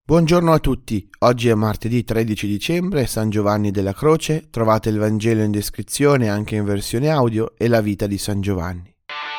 Buongiorno a tutti, oggi è martedì 13 dicembre, San Giovanni della Croce, trovate il Vangelo in descrizione anche in versione audio e la vita di San Giovanni.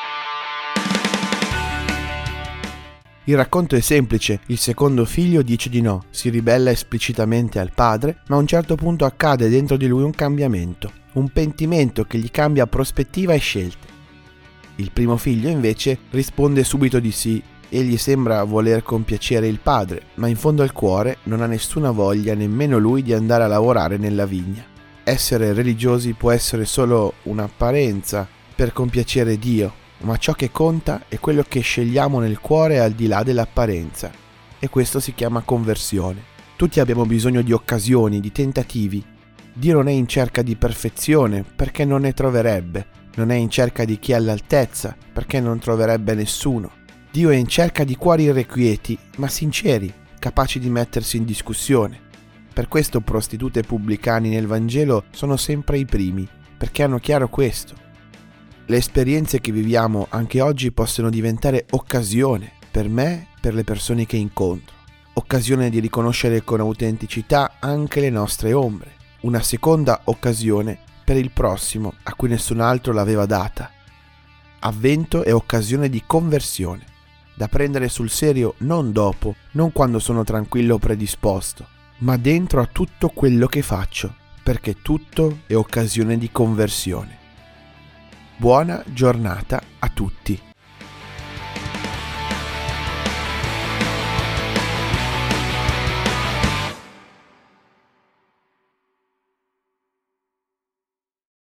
Il racconto è semplice, il secondo figlio dice di no, si ribella esplicitamente al padre, ma a un certo punto accade dentro di lui un cambiamento, un pentimento che gli cambia prospettiva e scelte. Il primo figlio invece risponde subito di sì. Egli sembra voler compiacere il padre, ma in fondo al cuore non ha nessuna voglia nemmeno lui di andare a lavorare nella vigna. Essere religiosi può essere solo un'apparenza per compiacere Dio, ma ciò che conta è quello che scegliamo nel cuore al di là dell'apparenza, e questo si chiama conversione. Tutti abbiamo bisogno di occasioni, di tentativi. Dio non è in cerca di perfezione, perché non ne troverebbe. Non è in cerca di chi è all'altezza, perché non troverebbe nessuno. Dio è in cerca di cuori irrequieti, ma sinceri, capaci di mettersi in discussione. Per questo prostitute e pubblicani nel Vangelo sono sempre i primi, perché hanno chiaro questo. Le esperienze che viviamo anche oggi possono diventare occasione per me, per le persone che incontro. Occasione di riconoscere con autenticità anche le nostre ombre. Una seconda occasione per il prossimo a cui nessun altro l'aveva data. Avvento è occasione di conversione, da prendere sul serio non dopo, non quando sono tranquillo o predisposto, ma dentro a tutto quello che faccio, perché tutto è occasione di conversione. Buona giornata a tutti.